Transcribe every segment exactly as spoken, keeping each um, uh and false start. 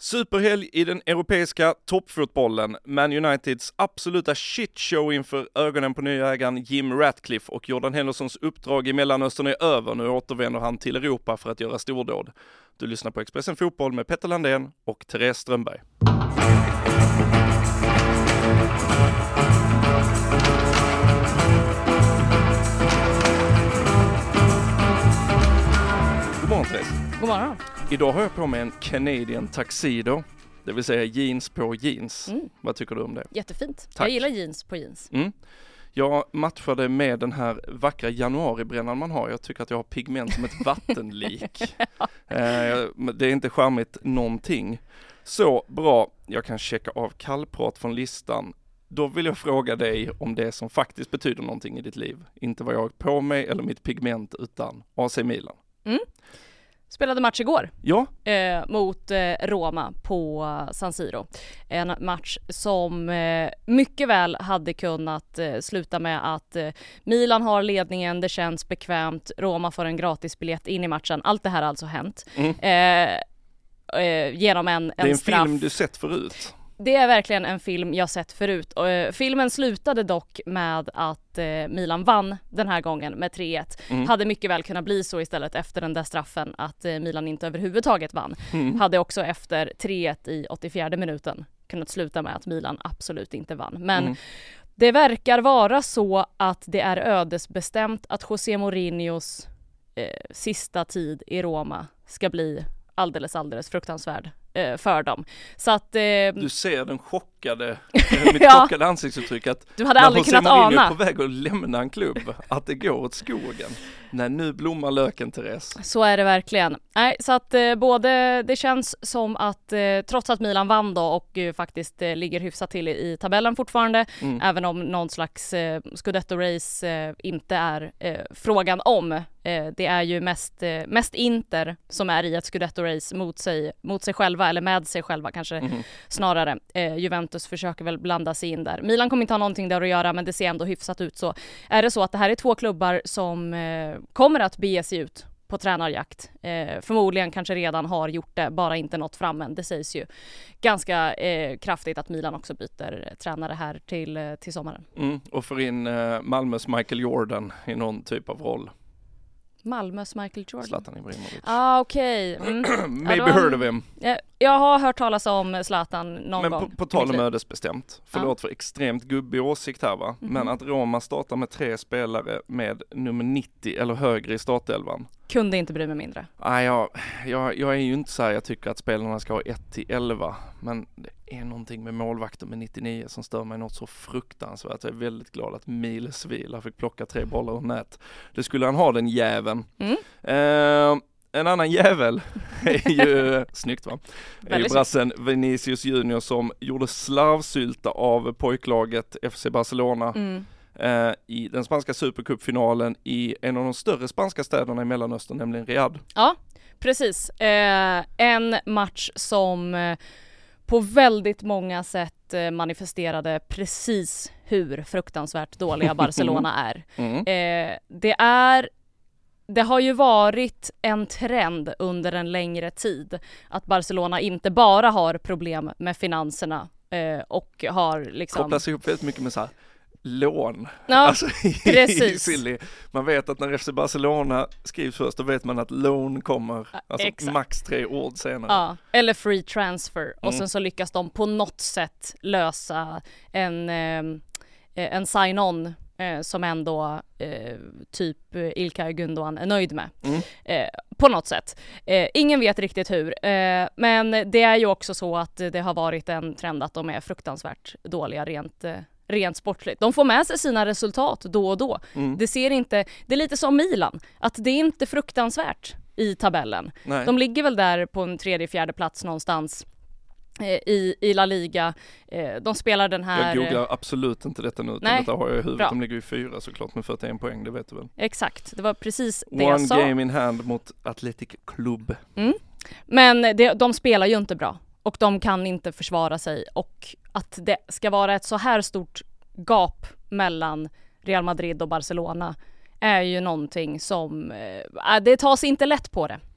Superhelg i den europeiska toppfotbollen. Man Uniteds absoluta shitshow inför ögonen på nya ägaren Jim Ratcliffe och Jordan Hendersons uppdrag i Mellanöstern är över. Nu återvänder han till Europa för att göra stordåd. Du lyssnar på Expressen Fotboll med Petter Landén och Therese Strömberg. God morgon, Therese. God morgon. Idag har jag på mig en Canadian tuxedo, det vill säga jeans på jeans. Mm. Vad tycker du om det? Jättefint. Tack. Jag gillar jeans på jeans. Mm. Jag matchade med den här vackra januaribrännan man har. Jag tycker att jag har pigment som ett vattenlik. eh, det är inte charmigt någonting. Så bra, jag kan checka av kallprat från listan. Då vill jag fråga dig om det som faktiskt betyder någonting i ditt liv. Inte vad jag har på mig eller mitt pigment, utan A C Milan. Mm. Spelade match igår ja. eh, mot eh, Roma på San Siro. En match som eh, mycket väl hade kunnat eh, sluta med att eh, Milan har ledningen, det känns bekvämt, Roma får en gratis biljett in i matchen. Allt det här har alltså hänt. Mm. Eh, eh, genom en, en Det är en straff. film du sett förut. Det är verkligen en film jag sett förut. Och, eh, filmen slutade dock med att eh, Milan vann den här gången med tre ett. Mm. Hade mycket väl kunnat bli så istället efter den där straffen att eh, Milan inte överhuvudtaget vann. Mm. Hade också efter tre ett i åttiofjärde minuten kunnat sluta med att Milan absolut inte vann. Men mm. det verkar vara så att det är ödesbestämt att José Mourinhos eh, sista tid i Roma ska bli alldeles, alldeles fruktansvärd eh, för dem. Så att... Eh, du ser den chockade, mitt ja. chockade ansiktsuttryck att du hade aldrig kunnat ana. Är på väg att lämna en klubb, att det går åt skogen. Nej, nu blommar löken, Therese. Så är det verkligen. Nej, så att eh, både, det känns som att eh, trots att Milan vann då och eh, faktiskt eh, ligger hyfsat till i, i tabellen fortfarande, mm. även om någon slags eh, Scudetto-race eh, inte är eh, frågan om. Eh, det är ju mest, eh, mest Inter som är i ett Scudetto-race mot sig, mot sig själva, eller med sig själva kanske mm. snarare. Eh, Juventus försöker väl blanda sig in där. Milan kommer inte ha någonting där att göra, men det ser ändå hyfsat ut. Så är det så att det här är två klubbar som eh, kommer att bege sig ut på tränarjakt. Eh, förmodligen kanske redan har gjort det, bara inte nått fram än. Det sägs ju ganska eh, kraftigt att Milan också byter tränare här till, eh, till sommaren. Mm, och får in eh, Malmös Michael Jordan i någon typ av roll. Malmös Michael Jordan. Zlatan Ibrahimovic. Ah, okej. Okay. Mm. Maybe ja, heard of him. Jag, jag har hört talas om Zlatan någon Men gång. Men på, på tal om ödesbestämt. Förlåt ah. för extremt gubbig åsikt här va. Mm-hmm. Men att Roma startar med tre spelare med nummer nittio eller högre i startelvan. Kunde inte bry mig mindre. Ah, jag, jag, jag är ju inte så här, jag tycker att spelarna ska ha ett till elva. Men det är någonting med målvakter med nittionio som stör mig något så fruktansvärt. Jag är väldigt glad att Miles Vila fick plocka tre bollar och nät. Det skulle han ha, den jäveln. Mm. Eh, en annan jävel är ju, snyggt va? Är ju brassen Vinicius Junior som gjorde slarvsylta av pojklaget F C Barcelona. Mm. Uh, i den spanska supercupfinalen i en av de större spanska städerna i Mellanöstern, nämligen Riyadh. Ja, precis. Uh, en match som uh, på väldigt många sätt uh, manifesterade precis hur fruktansvärt dåliga Barcelona är. Mm. Uh, det är Det har ju varit en trend under en längre tid att Barcelona inte bara har problem med finanserna uh, och har liksom... Kopplas ihop väldigt mycket med så här lån. Ja, alltså, precis. Man vet att när F C Barcelona skrivs först, då vet man att lån kommer alltså Exakt. max tre år senare. Ja, eller free transfer. Och mm. sen så lyckas de på något sätt lösa en, eh, en sign-on eh, som ändå eh, typ Ilkay Gundogan är nöjd med. Mm. Eh, på något sätt. Eh, ingen vet riktigt hur. Eh, men det är ju också så att det har varit en trend att de är fruktansvärt dåliga rent eh, rent sportligt. De får med sig sina resultat då och då. Mm. Det ser inte, det är lite som Milan, att det är inte fruktansvärt i tabellen. Nej. De ligger väl där på en tredje, fjärde plats någonstans eh, i, i La Liga. Eh, de spelar den här... Jag googlar absolut inte detta nu. Nej. Detta har jag i huvudet. Bra. De ligger i fyra såklart med fyrtioen poäng, det vet du väl. Exakt, det var precis det One jag sa. One game in hand mot Athletic Club. Mm. Men det, de spelar ju inte bra. Och de kan inte försvara sig. Och att det ska vara ett så här stort gap mellan Real Madrid och Barcelona är ju någonting som... Eh, det tas inte lätt på det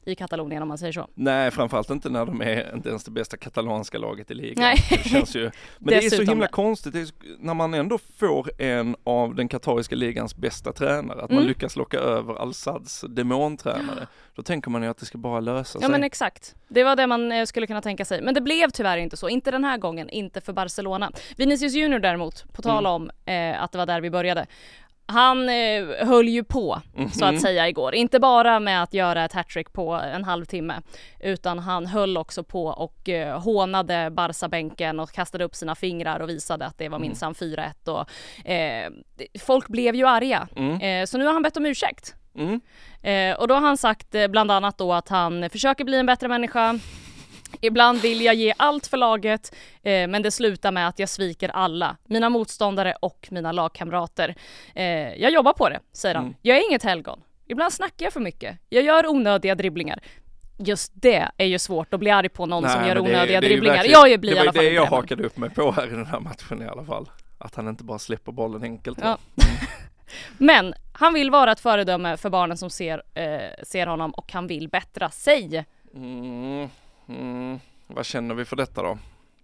i Katalonien om man säger så. Nej, framförallt inte när de är inte ens det bästa katalanska laget i ligan. Nej. Det känns ju, men det är så himla konstigt det är, när man ändå får en av den katariska ligans bästa tränare, att mm. man lyckas locka över Al-Sadds demontränare. Då tänker man ju att det ska bara lösa sig. Ja men exakt, det var det man skulle kunna tänka sig. Men det blev tyvärr inte så, inte den här gången, inte för Barcelona. Vinicius Junior däremot, på tal om eh, att det var där vi började. Han eh, höll ju på, mm-hmm. så att säga, igår. Inte bara med att göra ett hattrick på en halvtimme, utan han höll också på och eh, hånade Barca-bänken och kastade upp sina fingrar och visade att det var minsann mm. fyra ett. Och, eh, folk blev ju arga. Mm. Eh, så nu har han bett om ursäkt. Mm. Eh, och då har han sagt eh, bland annat då att han försöker bli en bättre människa. Ibland vill jag ge allt för laget, eh, men det slutar med att jag sviker alla, mina motståndare och mina lagkamrater. Eh, jag jobbar på det, säger han. Mm. Jag är inget helgon. Ibland snackar jag för mycket. Jag gör onödiga dribblingar. Just det är ju svårt att bli arg på någon Nej, som gör onödiga det, det dribblingar. Jag blir det i alla fall det jag hakade upp mig på här i den här matchen i alla fall. Att han inte bara släpper bollen enkelt. Ja. Men han vill vara ett föredöme för barnen som ser, eh, ser honom och han vill bättra sig. Mm. Mm. Vad känner vi för detta då?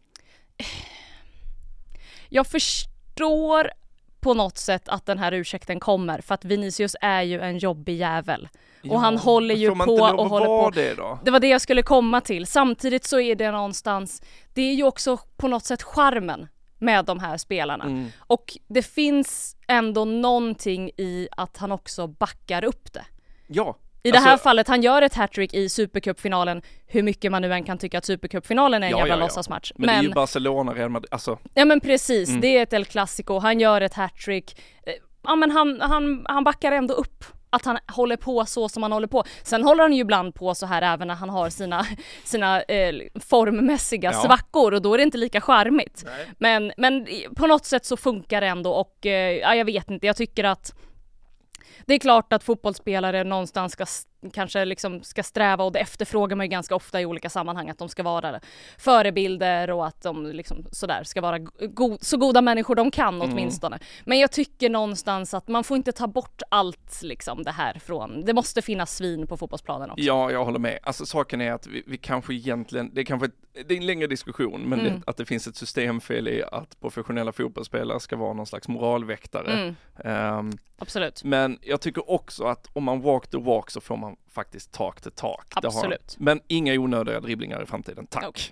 Jag förstår på något sätt att den här ursäkten kommer, för att Vinicius är ju en jobbig jävel. Och ja, han håller ju på och håller på. Det, då? Det var det jag skulle komma till. Samtidigt så är det någonstans, det är ju också på något sätt charmen med de här spelarna. Mm. Och det finns ändå någonting i att han också backar upp det. Ja. I det här alltså, fallet, han gör ett hattrick i Supercupfinalen, hur mycket man nu än kan tycka att Supercupfinalen är en ja, jävla ja, ja. låtsasmatch. Men, men det är ju Barcelona, Real Madrid, alltså. Ja men precis, mm. det är ett El Clasico, han gör ett hattrick. Ja men han, han, han backar ändå upp att han håller på så som han håller på. Sen håller han ju ibland på så här även när han har sina, sina eh, formmässiga ja. svackor och då är det inte lika charmigt. Men, men på något sätt så funkar det ändå och eh, ja, jag vet inte, jag tycker att det är klart att fotbollsspelare någonstans ska kanske liksom ska sträva, och det efterfrågar man ju ganska ofta i olika sammanhang, att de ska vara förebilder och att de liksom sådär ska vara go- så goda människor de kan åtminstone. Mm. Men jag tycker någonstans att man får inte ta bort allt liksom det här från, det måste finnas svin på fotbollsplanen också. Ja, jag håller med. Alltså saken är att vi, vi kanske egentligen, det är kanske ett, det är en längre diskussion, men mm. det, att det finns ett systemfel i att professionella fotbollsspelare ska vara någon slags moralväktare. Mm. Um, Absolut. Men jag tycker också att om man walk the walk så får man faktiskt tak till tak. Absolut. Men inga onödiga dribblingar i framtiden. Tack. Okay.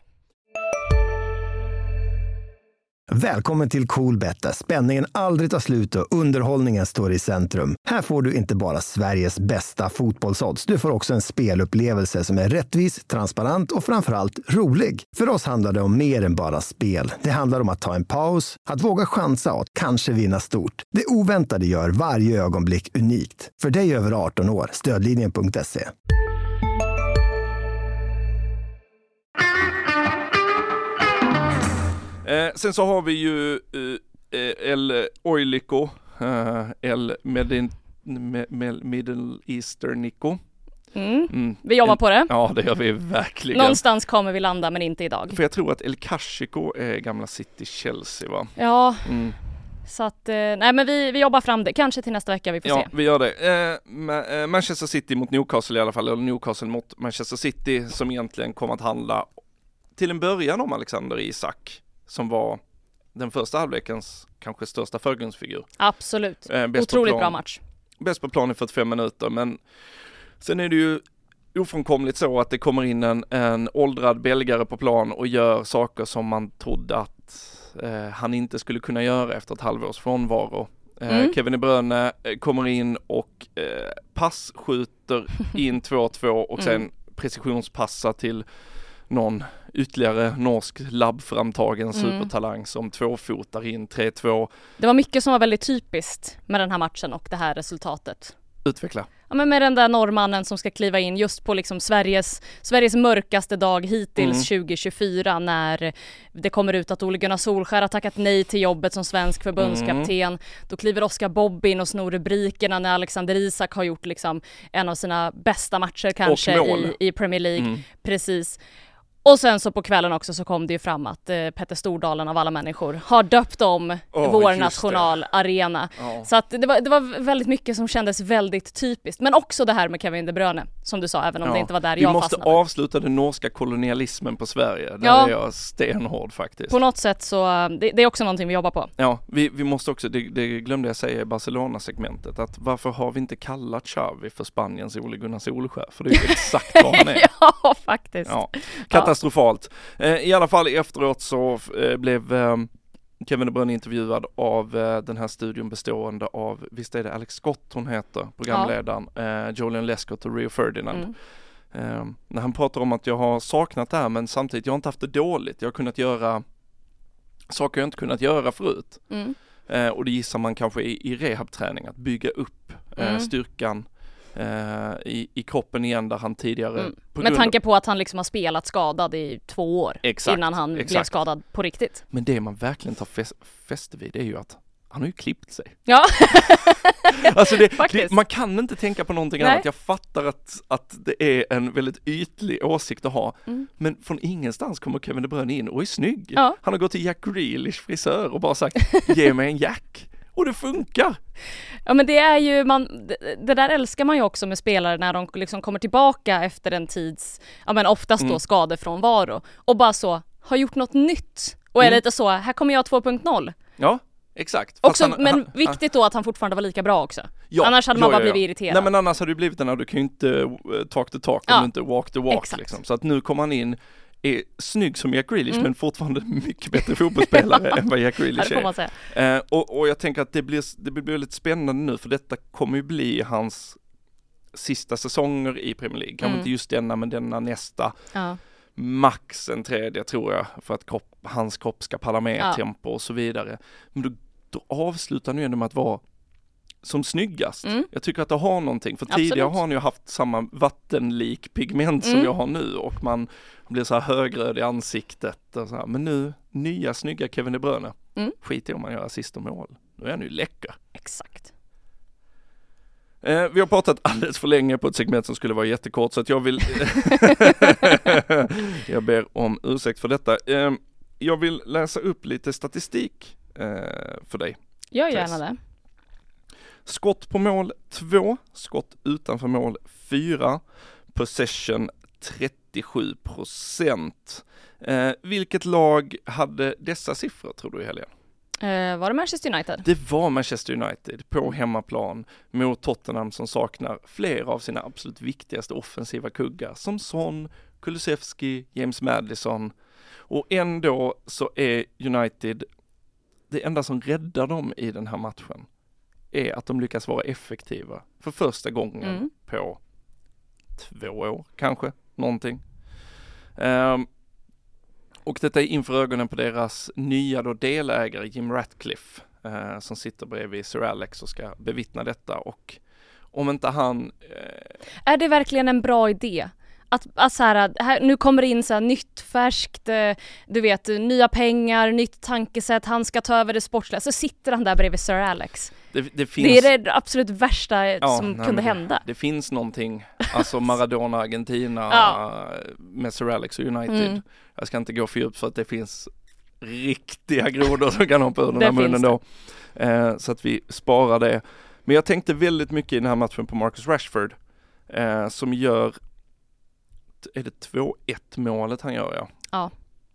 Välkommen till Coolbet där spänningen aldrig tar slut och underhållningen står i centrum. Här får du inte bara Sveriges bästa fotbollsodds. Du får också en spelupplevelse som är rättvis, transparent och framförallt rolig. För oss handlar det om mer än bara spel. Det handlar om att ta en paus, att våga chansa och att kanske vinna stort. Det oväntade gör varje ögonblick unikt. För dig över arton år, stödlinjen punkt se. Eh, sen så har vi ju eh, El Oilico, eh, El Medin, med, med Middle Easternico. Mm. Mm. Vi jobbar en, på det. Ja, det gör vi verkligen. Någonstans kommer vi landa, men inte idag. För jag tror att El Clasico är gamla City Chelsea, va? Ja, mm. så att, eh, nej men vi, vi jobbar fram det. Kanske till nästa vecka, vi får ja, se. Ja, vi gör det. Eh, ma- eh, Manchester City mot Newcastle i alla fall, eller Newcastle mot Manchester City, som egentligen kommer att handla till en början om Alexander Isak, som var den första halvlekens kanske största förgrundsfigur. Absolut. Eh, Otroligt bra match. Bäst på plan i fyrtiofem minuter, men sen är det ju ofrånkomligt så att det kommer in en, en åldrad belgare på plan och gör saker som man trodde att eh, han inte skulle kunna göra efter ett halvårs frånvaro. Eh, mm. Kevin De Bruyne eh, kommer in och eh, passskjuter in två två och sen mm. precisionspassar till någon ytterligare norsk labbframtagen mm. supertalang som tvåfotar in tre två. Det var mycket som var väldigt typiskt med den här matchen och det här resultatet. Utveckla. Ja, men med den där norrmannen som ska kliva in just på liksom Sveriges, Sveriges mörkaste dag hittills mm. tjugo tjugofyra, när det kommer ut att Ole Gunnar Solskjær har tackat nej till jobbet som svensk förbundskapten. Mm. Då kliver Oscar Bobb in och snor rubrikerna när Alexander Isak har gjort liksom en av sina bästa matcher kanske i, i Premier League. Mm. Precis. Och sen så på kvällen också så kom det ju fram att eh, Petter Stordalen av alla människor har döpt om oh, vår nationalarena. Oh. Så att det var, det var väldigt mycket som kändes väldigt typiskt. Men också det här med Kevin De Bruyne, som du sa, även om ja. det inte var där Vi jag måste fastnade. avsluta den norska kolonialismen på Sverige. Där ja. är jag stenhård faktiskt. På något sätt så, det, det är också någonting vi jobbar på. Ja, vi, vi måste också, det, det glömde jag säga i Barcelona-segmentet, att varför har vi inte kallat Xavi för Spaniens Ole Gunnar Solskjær? För det är ju exakt vad han är. Ja, faktiskt. Ja, katastrofalt. Ja. I alla fall efteråt så blev Kevin De Bruyne intervjuad av den här studion bestående av, visst är det Alex Scott hon heter, programledaren, ja. Julian Lescott och Rio Ferdinand. Mm. När han pratar om att jag har saknat det här, men samtidigt jag har inte haft det dåligt. Jag har kunnat göra saker jag inte kunnat göra förut. Mm. Och det gissar man kanske i, i rehabträning, att bygga upp mm. styrkan Uh, i, i kroppen igen där han tidigare mm. med tanke på att han liksom har spelat skadad i två år exakt, innan han exakt. blev skadad på riktigt. Men det man verkligen tar fäst, fäste vid är ju att han har ju klippt sig. Ja. Alltså det, det, man kan inte tänka på någonting Nej. annat. Jag fattar att, att det är en väldigt ytlig åsikt att ha. Mm. Men från ingenstans kommer Kevin De Bruyne in och är snygg. Ja. Han har gått till Jack Grealish frisör och bara sagt, ge mig en Jack. Och det funkar. Ja, men det är ju man, det där älskar man ju också med spelare när de liksom kommer tillbaka efter en tids, ja men oftast mm. då skadefrånvaro och bara så har gjort något nytt och är mm. lite så, här kommer jag två punkt noll. Ja, exakt. Också, han, men han, viktigt då att han fortfarande var lika bra också. Ja, annars hade ja, man bara ja, ja. blivit irriterad. Nej, men annars hade du blivit den här, du kan ju inte uh, talk the talk ja. om du inte walk the walk liksom. Så att nu kommer han in, är snygg som Jack Grealish mm. men fortfarande mycket bättre fotbollsspelare än vad Jack Grealish är. Säga. Eh, och, och jag tänker att det blir, det blir lite spännande nu, för detta kommer ju bli hans sista säsonger i Premier League. Kanske mm. inte just denna, men denna nästa. Ja. Max en tredje tror jag, för att kropp, hans kropp ska palla med ja. tempo och så vidare. Men då, då avslutar han ju ändå med att vara som snyggast. Mm. Jag tycker att det har någonting. För Absolut. tidigare har han ju haft samma vattenlik pigment mm. som jag har nu. Och man blir så här högröd i ansiktet. Och så här. Men nu, nya snygga Kevin De Bruyne. Mm. Skit i om man gör assist och mål. Nu är han ju läcker. Exakt. Eh, vi har pratat alldeles för länge på ett segment som skulle vara jättekort. Så att jag vill... jag ber om ursäkt för detta. Eh, jag vill läsa upp lite statistik eh, för dig. Gör gärna det. Skott på mål två, skott utanför mål fyra, possession trettiosju procent. Eh, vilket lag hade dessa siffror tror du i helgen? Eh, var det Manchester United? Det var Manchester United på hemmaplan mot Tottenham som saknar flera av sina absolut viktigaste offensiva kuggar som Son, Kulusevski, James Maddison. Och ändå så är United det enda som räddar dem i den här matchen är att de lyckas vara effektiva för första gången mm. på två år, kanske, någonting. Um, och detta är inför ögonen på deras nya då delägare Jim Ratcliffe uh, som sitter bredvid Sir Alex och ska bevittna detta. Och om inte han... Uh... Är det verkligen en bra idé? Att, att så här, här, nu kommer det in så här nytt, färskt, du vet, nya pengar, nytt tankesätt, han ska ta över det sportsliga. Så sitter han där bredvid Sir Alex. Det, det, finns... det är det absolut värsta ja, som nej, kunde det, hända. Det finns någonting, alltså Maradona, Argentina ja. med Sir Alex och United. Mm. Jag ska inte gå för djupt för att det finns riktiga grodor som kan hoppa ur den här munnen då. Eh, så att vi sparar det. Men jag tänkte väldigt mycket i den här matchen på Marcus Rashford eh, som gör är det två ett målet han gör, ja. Ja.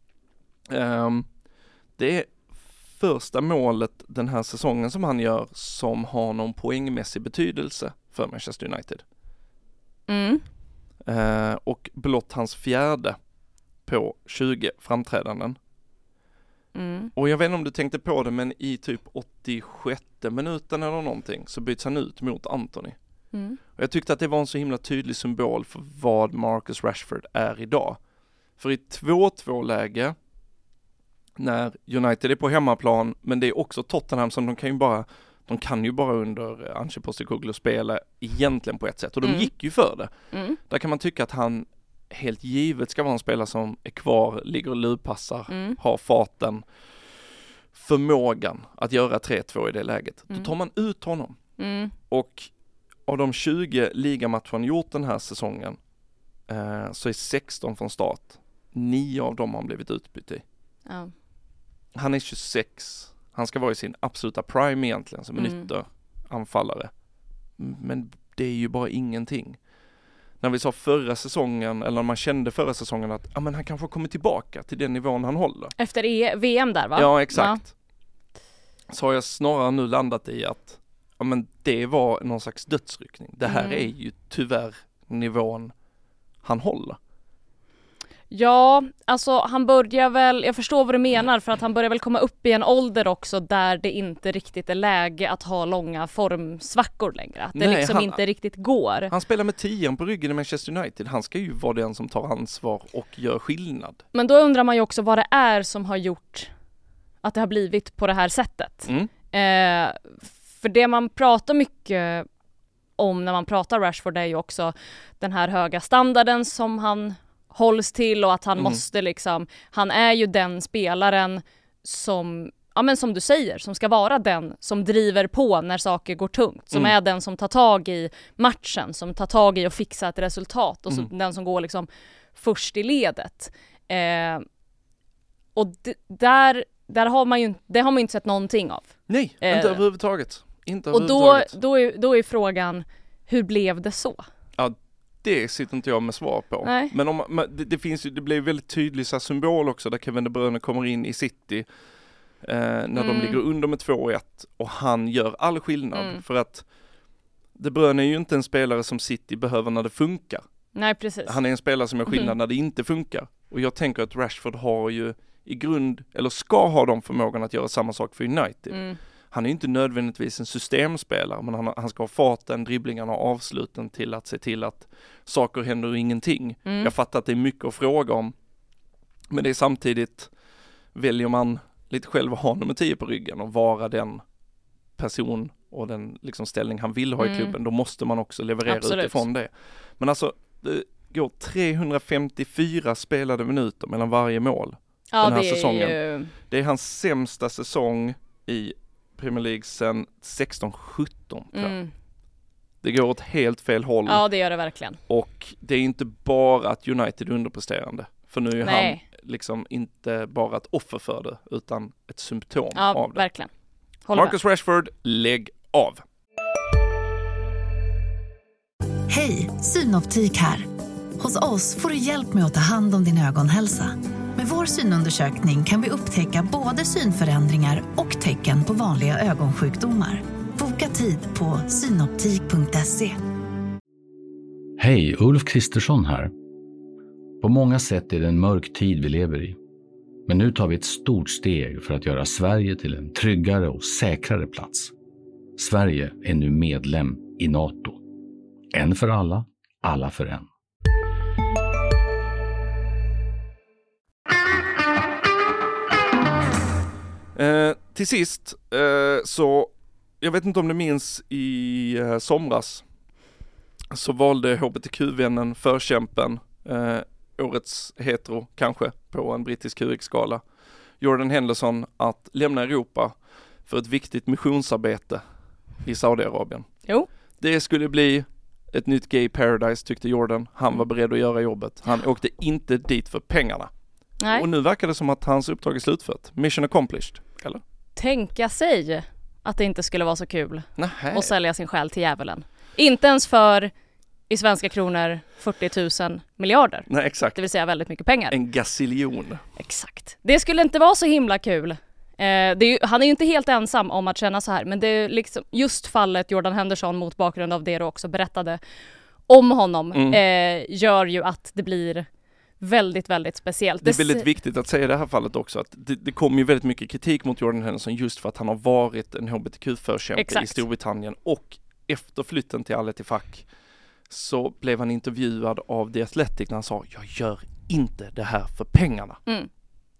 Um, det är första målet den här säsongen som han gör som har någon poängmässig betydelse för Manchester United. Mm. Uh, och blott hans fjärde på tjugo framträdanden. Mm. Och jag vet inte om du tänkte på det, men i typ åttiosjätte minuten eller någonting så byts han ut mot Anthony. Mm. Och jag tyckte att det var en så himla tydlig symbol för vad Marcus Rashford är idag. För i två två läge när United är på hemmaplan, men det är också Tottenham som de kan ju bara de kan ju bara under Ange Postecoglou spela egentligen på ett sätt och de mm. gick ju för det. Mm. Där kan man tycka att han helt givet ska vara en spelare som är kvar, ligger och lurpassar, mm. har farten, förmågan att göra tre två i det läget. Mm. Då tar man ut honom. Mm. Och av de tjugo ligamatcher han gjort den här säsongen eh, så är sexton från start. nio av dem har han blivit utbytt i. Ja. Han är tjugosex. Han ska vara i sin absoluta prime egentligen som en Mm. ytteranfallare. Men det är ju bara ingenting. När vi sa förra säsongen, eller när man kände förra säsongen att ah, men han kanske kommer tillbaka till den nivån han håller. Efter e- V M där va? Ja, exakt. Ja. Så har jag snarare nu landat i att ja, men det var någon slags dödsryckning. Det här Mm. är ju tyvärr nivån han håller. Ja, alltså han börjar väl, jag förstår vad du menar, för att han börjar väl komma upp i en ålder också där det inte riktigt är läge att ha långa formsvackor längre. Att det Nej, liksom han, inte riktigt går. Han spelar med tian på ryggen i Manchester United. Han ska ju vara den som tar ansvar och gör skillnad. Men då undrar man ju också vad det är som har gjort att det har blivit på det här sättet. Mm. Eh, för det man pratar mycket om när man pratar Rashford är ju också den här höga standarden som han hålls till och att han Mm. måste liksom, han är ju den spelaren som, ja men som du säger, som ska vara den som driver på när saker går tungt, som Mm. är den som tar tag i matchen, som tar tag i att fixa ett resultat och så, Mm. den som går liksom först i ledet. Eh, och d- där, där har man ju, det har man ju inte sett någonting av. Nej, Eh, inte överhuvudtaget. Inte Och då, överhuvudtaget. då, är, då är frågan, hur blev det så? Det sitter inte jag med svar på. Nej. Men om, men det, det finns ju, det blir väldigt tydlig så här symbol också där Kevin De Bruyne kommer in i City eh, när Mm. de ligger under med två ett och han gör all skillnad. Mm. För att De Bruyne är ju inte en spelare som City behöver när det funkar. Nej, precis. Han är en spelare som gör skillnad Mm. när det inte funkar. Och jag tänker att Rashford har ju i grund, eller ska ha de förmågan att göra samma sak för United. Mm. Han är ju inte nödvändigtvis en systemspelare, men han, han ska ha farten, dribblingarna och avsluten till att se till att saker händer och ingenting. Mm. Jag fattar att det är mycket att fråga om, men det är samtidigt, väljer man lite själv att ha nummer tio på ryggen och vara den person och den liksom ställning han vill ha i Mm. klubben, då måste man också leverera Absolut. utifrån det. Men alltså, det går trehundrafemtiofyra spelade minuter mellan varje mål. Ja, den här det är säsongen. ju... Det är hans sämsta säsong i Premier League sedan sexton sjutton. Mm. Det går åt helt fel håll. Ja, det gör det verkligen. Och det är inte bara att United är underpresterande. För nu är Nej. han liksom inte bara ett offer för det, utan ett symptom Ja, av det. verkligen. Håller Marcus Rashford, lägg av. Hej, Synoptik här. Hos oss får du hjälp med att ta hand om din ögonhälsa. Med vår synundersökning kan vi upptäcka både synförändringar och tecken på vanliga ögonsjukdomar. Boka tid på synoptik punkt se. Hej, Ulf Kristersson här. På många sätt är det en mörk tid vi lever i. Men nu tar vi ett stort steg för att göra Sverige till en tryggare och säkrare plats. Sverige är nu medlem i NATO. En för alla, alla för en. Eh, till sist, eh, så jag vet inte om du minns i eh, somras så valde H B T Q-vännen, förkämpen, eh, årets hetero kanske på en brittisk Q X-skala, Jordan Henderson, att lämna Europa för ett viktigt missionsarbete i Saudiarabien. Jo. Det skulle bli ett nytt gay paradise, tyckte Jordan. Han var beredd att göra jobbet. Han åkte inte dit för pengarna. Nej. Och nu verkar det som att hans uppdrag är slutfört. Mission accomplished, eller? Tänka sig att det inte skulle vara så kul Nähä. att sälja sin själ till djävulen. Inte ens för, i svenska kronor, fyrtio tusen miljarder. Nej, exakt. Det vill säga väldigt mycket pengar. En gaziljon. Exakt. Det skulle inte vara så himla kul. Eh, det är ju, han är ju inte helt ensam om att känna så här, men det är liksom just fallet Jordan Henderson mot bakgrund av det du också berättade om honom Mm. eh, gör ju att det blir väldigt, väldigt speciellt. Det är väldigt viktigt att säga i det här fallet också att det, det kommer ju väldigt mycket kritik mot Jordan Henderson just för att han har varit en H B T Q-förkämpe Exakt. i Storbritannien, och efter flytten till Al Ettifaq så blev han intervjuad av The Athletic när han sa: jag gör inte det här för pengarna. Mm.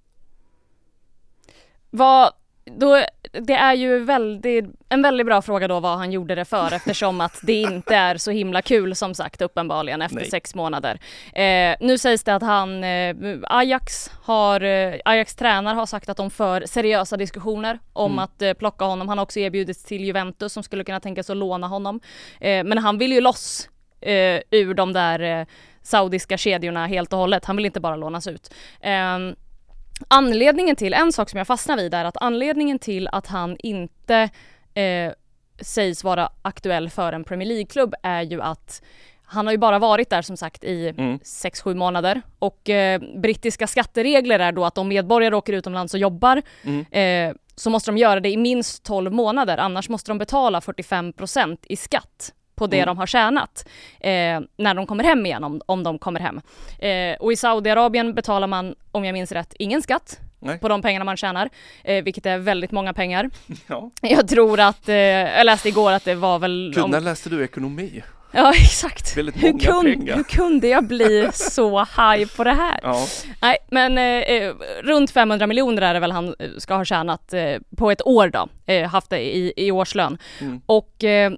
Vad, då, det är ju väldigt, en väldigt bra fråga då vad han gjorde det för, eftersom att det inte är så himla kul som sagt uppenbarligen efter Nej. sex månader. Eh, nu sägs det att han, eh, Ajax har, eh, Ajax tränare har sagt att de för seriösa diskussioner om Mm. att eh, plocka honom. Han har också erbjudits till Juventus som skulle kunna tänka sig att låna honom. Eh, men han vill ju loss eh, ur de där eh, saudiska kedjorna helt och hållet. Han vill inte bara lånas ut. Eh, anledningen till, en sak som jag fastnar vid är att anledningen till att han inte eh, sägs vara aktuell för en Premier League-klubb är ju att han har ju bara varit där som sagt i mm. sex sju månader och eh, brittiska skatteregler är då att om medborgare åker utomlands och jobbar mm. eh, så måste de göra det i minst tolv månader, annars måste de betala fyrtiofem procent i skatt på det mm. de har tjänat eh, när de kommer hem igen, om, om de kommer hem. Eh, och i Saudiarabien betalar man, om jag minns rätt, ingen skatt. Nej. På de pengarna man tjänar, eh, vilket är väldigt många pengar. Ja. Jag tror att, eh, jag läste igår att det var väl... Gud, om... när läste du ekonomi? Ja, exakt. Väldigt hur, många kunde, pengar. hur kunde jag bli så high på det här? Ja. Nej, men eh, runt femhundra miljoner är det väl han ska ha tjänat eh, på ett år då. Eh, haft det i, i årslön. Mm. Och eh,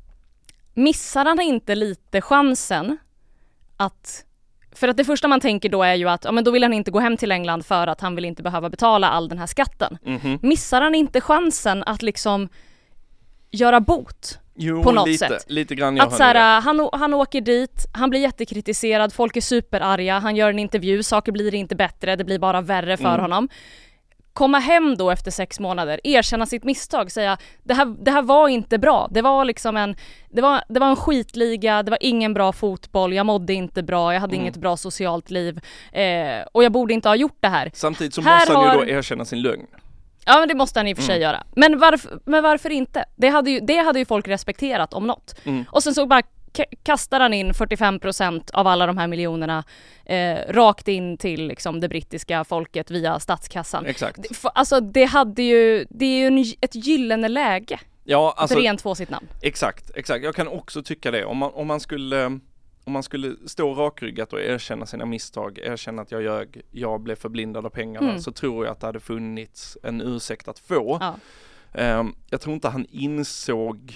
missar han inte lite chansen att... För att det första man tänker då är ju att ja, men då vill han inte gå hem till England för att han vill inte behöva betala all den här skatten. Mm-hmm. Missar han inte chansen att liksom göra bot jo, på något lite, sätt? Lite grann att så här, han, han åker dit, han blir jättekritiserad, folk är superarga, han gör en intervju, saker blir inte bättre, det blir bara värre för mm. honom. Komma hem då efter sex månader, erkänna sitt misstag, säga det här, det här var inte bra. Det var liksom en det var, det var en skitliga, det var ingen bra fotboll, jag mådde inte bra, jag hade mm. inget bra socialt liv eh, och jag borde inte ha gjort det här. Samtidigt så här måste han har... ju då erkänna sin lögn. Ja, men det måste han i och för sig mm. göra. Men varför, men varför inte? Det hade, ju, det hade ju folk respekterat om något. Mm. Och sen så bara k- kastar han in fyrtiofem procent av alla de här miljonerna eh, rakt in till liksom, det brittiska folket via statskassan. Exakt. Det, för, alltså det hade ju, det är ju en, ett gyllene läge. Ja, alltså, att rent få sitt namn. Exakt, exakt. Jag kan också tycka det. Om man, om man skulle... Om man skulle stå rakryggat och erkänna sina misstag, erkänna att jag ljög, jag blev förblindad av pengarna, mm. så tror jag att det hade funnits en ursäkt att få. Ja. Um, jag tror inte han insåg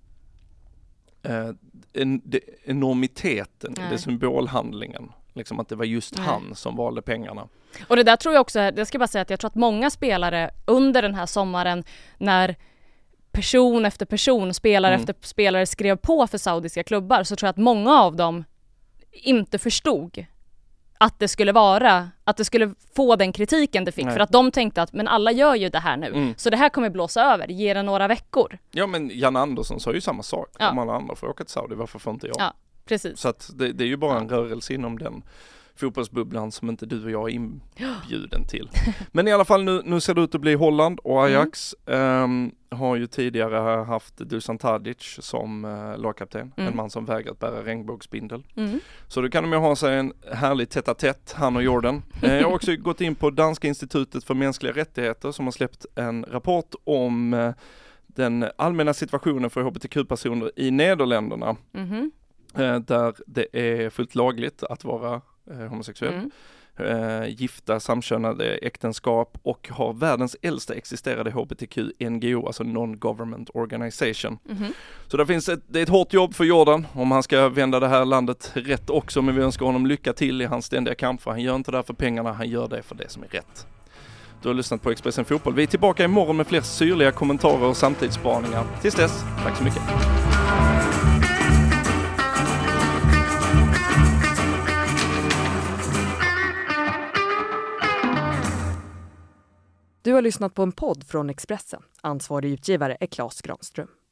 uh, en, de, enormiteten Nej. i det symbolhandlingen. Liksom att det var just Nej. han som valde pengarna. Och det där tror jag också, jag ska bara säga att jag tror att många spelare under den här sommaren när person efter person, spelare mm. efter spelare skrev på för saudiska klubbar, så tror jag att många av dem inte förstod att det skulle vara, att det skulle få den kritiken det fick. Nej. För att de tänkte att men alla gör ju det här nu. Mm. Så det här kommer blåsa över, ge det några veckor. Ja, men Jan Andersson sa ju samma sak. Ja. Om alla andra får åka till Saudi, varför får inte jag? Ja, precis. Så att det, det är ju bara en rörelse inom den fotbollsbubblan som inte du och jag är inbjuden till. Men i alla fall nu, nu ser det ut att bli Holland och Ajax mm. um, har ju tidigare haft Dusan Tadic som uh, lagkapten. Mm. En man som vägrat bära regnbågsbindel. Mm. Så då kan de ju ha sig en härlig tätt-a-tätt, han och Jordan. uh, jag har också gått in på Danska institutet för mänskliga rättigheter som har släppt en rapport om uh, den allmänna situationen för H B T Q-personer i Nederländerna. Mm. Uh, där det är fullt lagligt att vara Eh, homosexuell, mm. eh, gifta, samkönade äktenskap och har världens äldsta existerade H B T Q N G O, alltså Non-Government Organization. Mm. Så det finns ett, det är ett hårt jobb för Jordan om han ska vända det här landet rätt också, men vi önskar honom lycka till i hans ständiga kamp, för han gör inte det för pengarna, han gör det för det som är rätt. Du har lyssnat på Expressen Fotboll. Vi är tillbaka imorgon med fler syrliga kommentarer och samtidsspaningar. Tills dess, tack så mycket. Du har lyssnat på en podd från Expressen. Ansvarig utgivare är Claes Granström.